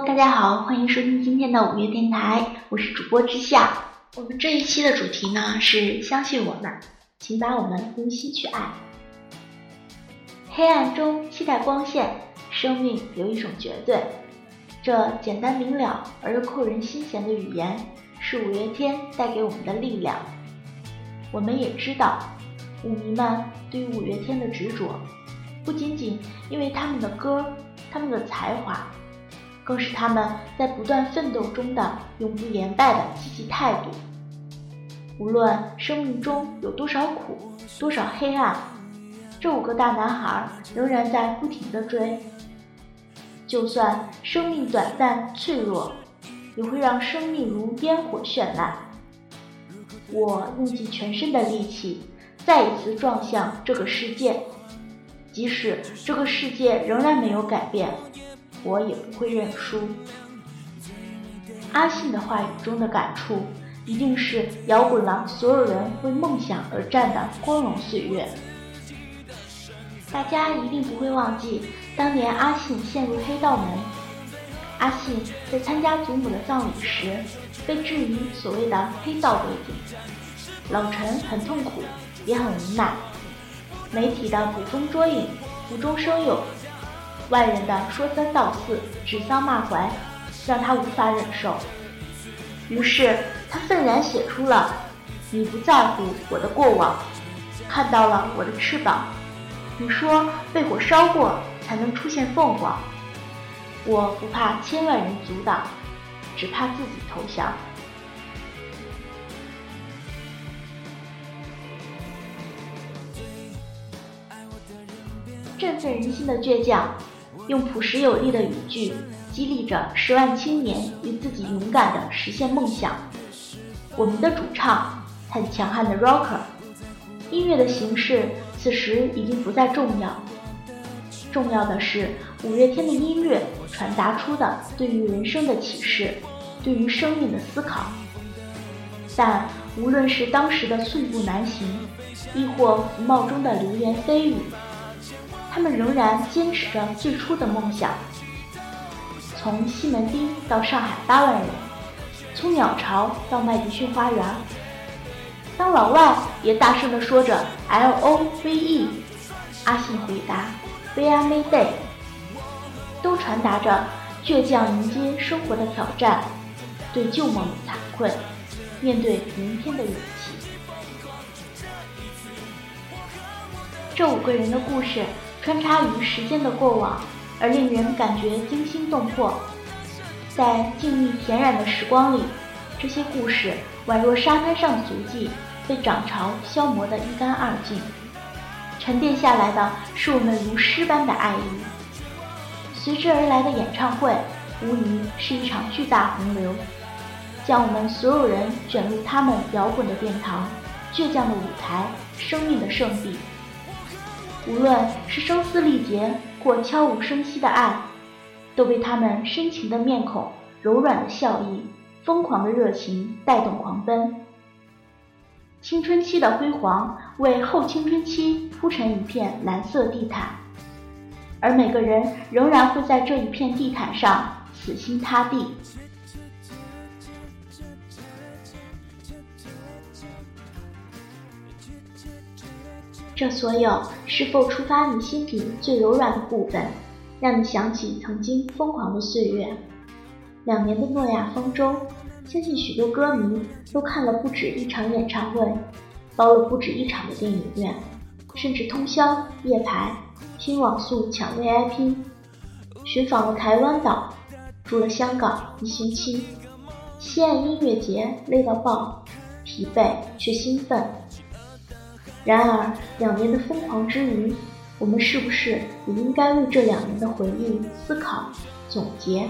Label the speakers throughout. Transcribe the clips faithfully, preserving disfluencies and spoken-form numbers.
Speaker 1: 大家好，欢迎收听今天的五月电台，我是主播之夏。我们这一期的主题呢是相信我们，请把我们用心去爱。黑暗中期待光线，生命有一种绝对。这简单明了而又扣人心弦的语言，是五月天带给我们的力量。我们也知道，舞迷们对于五月天的执着，不仅仅因为他们的歌，他们的才华，更是他们在不断奋斗中的永不言败的积极态度。无论生命中有多少苦，多少黑暗，这五个大男孩仍然在不停地追。就算生命短暂脆弱，也会让生命如烟火绚烂。我用尽全身的力气，再一次撞向这个世界，即使这个世界仍然没有改变，我也不会认输。阿信的话语中的感触，一定是摇滚了所有人为梦想而战的光荣岁月。大家一定不会忘记当年阿信陷入黑道门。阿信在参加祖母的葬礼时，被质疑所谓的黑道背景，老陈很痛苦，也很无奈。媒体的捕风捉影，无中生有，外人的说三道四，指桑骂槐，让他无法忍受。于是他愤然写出了你不在乎我的过往，看到了我的翅膀，你说被火烧过才能出现凤凰，我不怕千万人阻挡，只怕自己投降。振奋人心的倔强，用朴实有力的语句激励着十万青年与自己勇敢地实现梦想。我们的主唱，很强悍的 rocker， 音乐的形式此时已经不再重要，重要的是五月天的音乐传达出的对于人生的启示，对于生命的思考。但无论是当时的寸步难行，亦或浮帽中的流言蜚语，他们仍然坚持着最初的梦想。从西门町到上海八万人，从鸟巢到麦迪逊花园，当老外也大声地说着 L O V E， 阿信回答 We are Mayday， 都传达着倔强迎接生活的挑战，对旧梦的惭愧，面对明天的勇气。这五个人的故事穿插于时间的过往，而令人感觉惊心动魄。在静谧恬然的时光里，这些故事宛若沙滩上的足迹，被涨潮消磨得一干二净。沉淀下来的是我们如诗般的爱意。随之而来的演唱会，无疑是一场巨大洪流，将我们所有人卷入他们摇滚的殿堂，倔强的舞台，生命的圣地。无论是声嘶力竭或悄无声息的爱，都被他们深情的面孔、柔软的笑意、疯狂的热情带动狂奔。青春期的辉煌为后青春期铺成一片蓝色地毯，而每个人仍然会在这一片地毯上死心塌地。这所有是否触发你心底最柔软的部分，让你想起曾经疯狂的岁月。两年的诺亚方舟，相信许多歌迷都看了不止一场演唱会，包了不止一场的电影院，甚至通宵夜排，拼网速抢 V I P， 寻访了台湾岛，住了香港一星期，西岸音乐节累到爆，疲惫却兴奋。然而两年的疯狂之余，我们是不是也应该为这两年的回忆思考总结？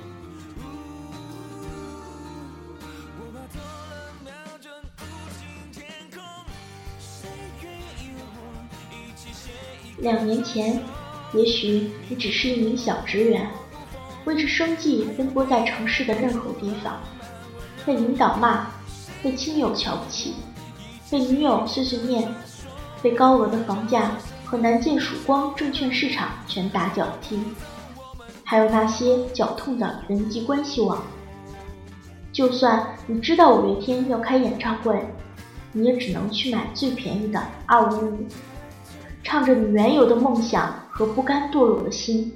Speaker 1: 两年前，也许你只是一名小职员，为着生计奔波在城市的任何地方，被领导骂，被亲友瞧不起，被女友碎碎念，被高额的房价和南建曙光证券市场拳打脚踢。 还有那些绞痛的人际关系网。就算你知道五月天要开演唱会，你也只能去买最便宜的二五五，唱着你原有的梦想和不甘堕落的心。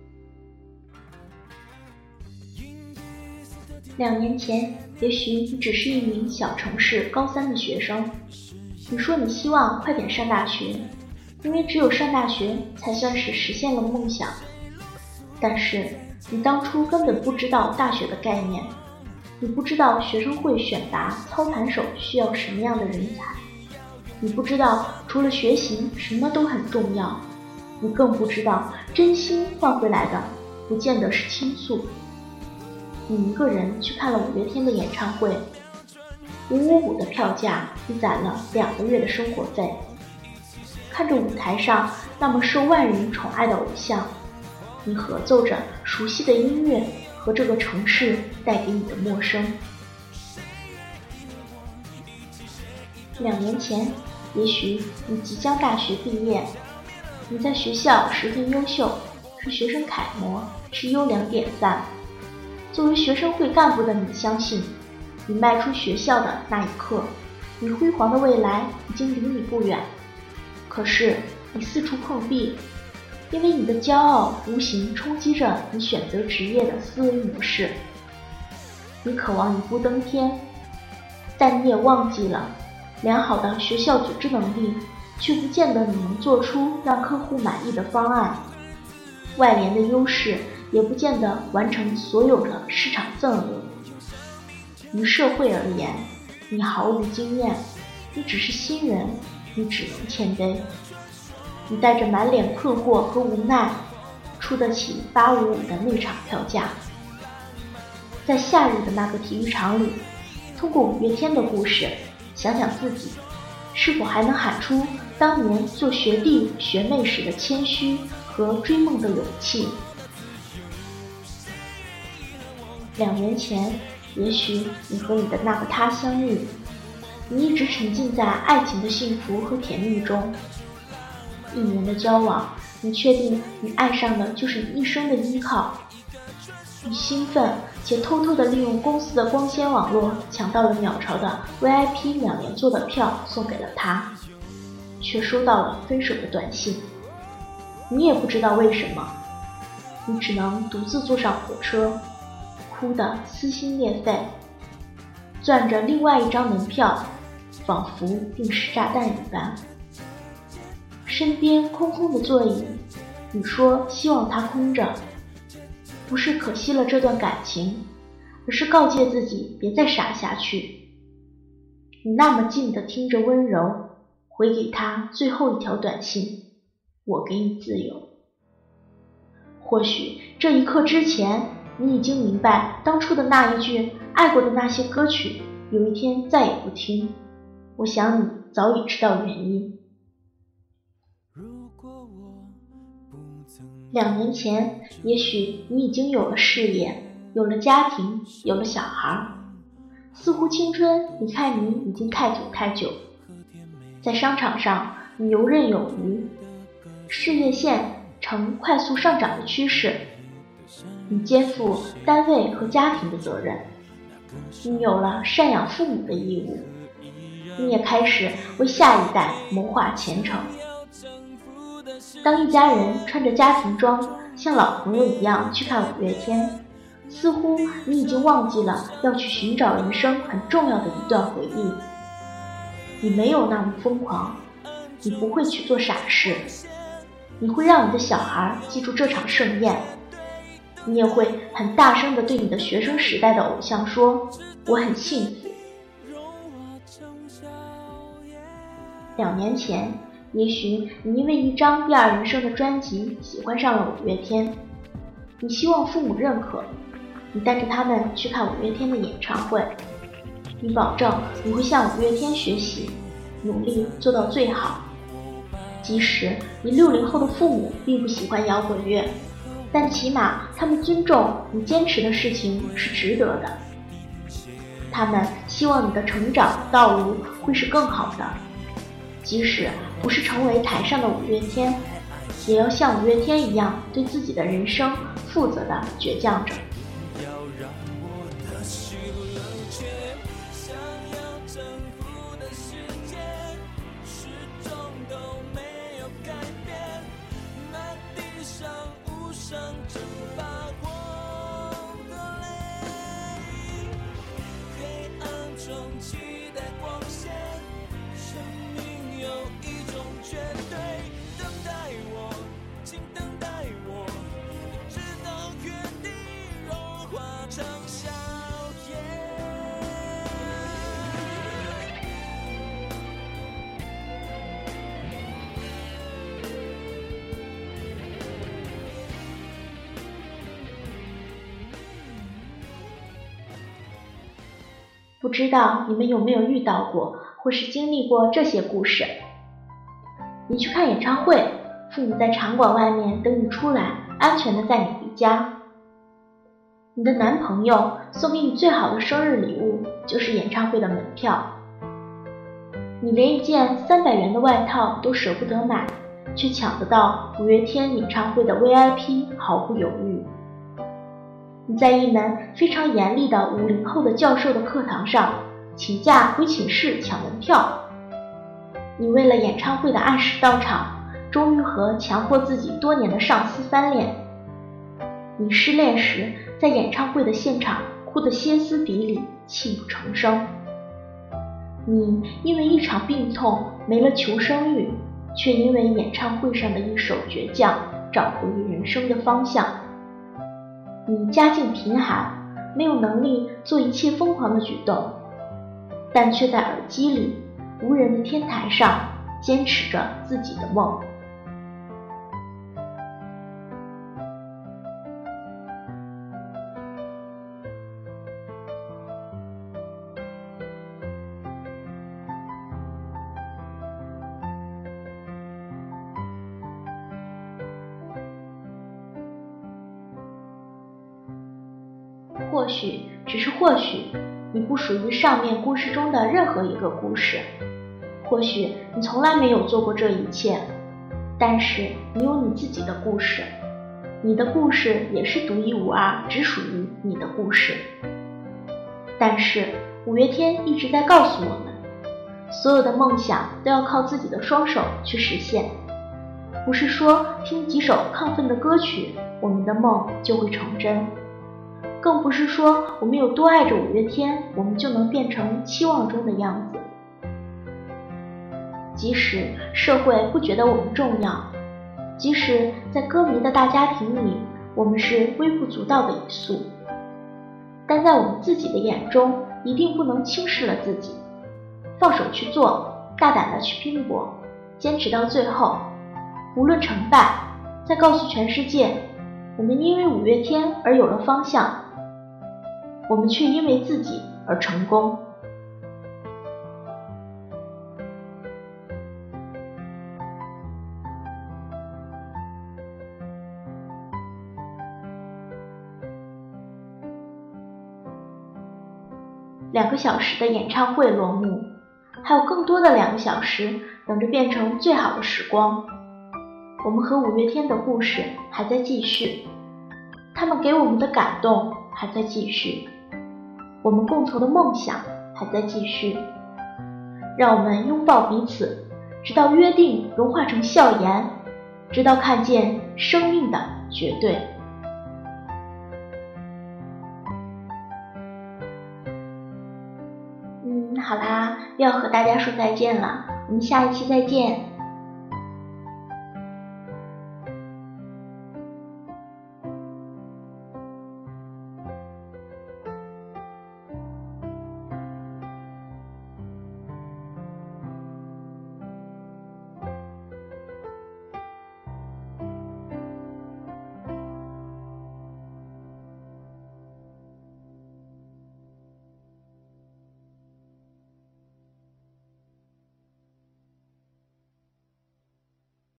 Speaker 1: 两年前，也许你只是一名小城市高三的学生，你说你希望快点上大学，因为只有上大学才算是实现了梦想。但是你当初根本不知道大学的概念，你不知道学生会选拔操盘手需要什么样的人才，你不知道除了学习什么都很重要，你更不知道真心换回来的不见得是倾诉。你一个人去看了五月天的演唱会，五五五的票价你攒了两个月的生活费，看着舞台上那么受万人宠爱的偶像，你合奏着熟悉的音乐和这个城市带给你的陌生。两年前，也许你即将大学毕业，你在学校十分优秀，是学生楷模，是优良典范。作为学生会干部的你相信，你迈出学校的那一刻，你辉煌的未来已经离你不远。可是你四处碰壁，因为你的骄傲无形冲击着你选择职业的思维模式。你渴望一步登天，但你也忘记了，良好的学校组织能力却不见得你能做出让客户满意的方案，外联的优势也不见得完成所有的市场份额。于社会而言，你毫无经验，你只是新人，你只能谦卑。你带着满脸困惑和无奈，出得起八五五的那场票价。在夏日的那个体育场里，通过五月天的故事，想想自己是否还能喊出当年做学弟学妹时的谦虚和追梦的勇气。两年前，也许你和你的那个他相遇，你一直沉浸在爱情的幸福和甜蜜中。一年的交往，你确定你爱上的就是你一生的依靠。你兴奋且偷偷地利用公司的光纤网络抢到了鸟巢的 V I P 两连座的票送给了他，却收到了分手的短信。你也不知道为什么，你只能独自坐上火车，哭得撕心裂肺，攥着另外一张门票，仿佛定时炸弹一般。身边空空的座椅，你说希望它空着，不是可惜了这段感情，而是告诫自己别再傻下去。你那么近地听着温柔，回给他最后一条短信，我给你自由。或许这一刻之前，你已经明白当初的那一句爱过的那些歌曲，有一天再也不听。我想你早已知道原因。两年前，也许你已经有了事业，有了家庭，有了小孩，似乎青春离开你已经太久太久。在商场上，你游刃有余，事业线呈快速上涨的趋势，你肩负单位和家庭的责任，你有了赡养父母的义务，你也开始为下一代谋划前程。当一家人穿着家庭装，像老朋友一样去看五月天，似乎你已经忘记了要去寻找人生很重要的一段回忆。你没有那么疯狂，你不会去做傻事，你会让你的小孩记住这场盛宴，你也会很大声地对你的学生时代的偶像说，我很幸福。两年前，也许你因为一张第二人生的专辑喜欢上了五月天，你希望父母认可，你带着他们去看五月天的演唱会，你保证你会向五月天学习，努力做到最好。即使你六零后的父母并不喜欢摇滚乐，但起码他们尊重你坚持的事情是值得的。他们希望你的成长道路会是更好的，即使不是成为台上的五月天， 也要像五月天一样，对自己的人生负责地倔强着。不知道你们有没有遇到过，或是经历过这些故事？你去看演唱会，父母在场馆外面等你出来，安全地载你回家。你的男朋友送给你最好的生日礼物就是演唱会的门票，你连一件三百元的外套都舍不得买，却抢得到五月天演唱会的 V I P， 毫不犹豫。你在一门非常严厉的五零后的教授的课堂上请假回寝室抢门票。你为了演唱会的按时到场，终于和强迫自己多年的上司翻脸。你失恋时在演唱会的现场哭得歇斯底里，泣不成声。你因为一场病痛没了求生欲，却因为演唱会上的一首倔强找回人生的方向。你家境贫寒，没有能力做一切疯狂的举动，但却在耳机里无人的天台上坚持着自己的梦。或许，只是或许，你不属于上面故事中的任何一个故事。或许你从来没有做过这一切，但是你有你自己的故事，你的故事也是独一无二，只属于你的故事。但是五月天一直在告诉我们，所有的梦想都要靠自己的双手去实现，不是说听几首亢奋的歌曲，我们的梦就会成真。更不是说我们有多爱着五月天，我们就能变成期望中的样子。即使社会不觉得我们重要，即使在歌迷的大家庭里，我们是微不足道的一粟，但在我们自己的眼中，一定不能轻视了自己，放手去做，大胆的去拼搏，坚持到最后，无论成败，再告诉全世界，我们因为五月天而有了方向，我们却因为自己而成功。两个小时的演唱会落幕，还有更多的两个小时等着变成最好的时光。我们和五月天的故事还在继续，他们给我们的感动还在继续，我们共同的梦想还在继续。让我们拥抱彼此，直到约定融化成笑颜，直到看见生命的绝对。嗯，好啦，又要和大家说再见了，我们下一期再见。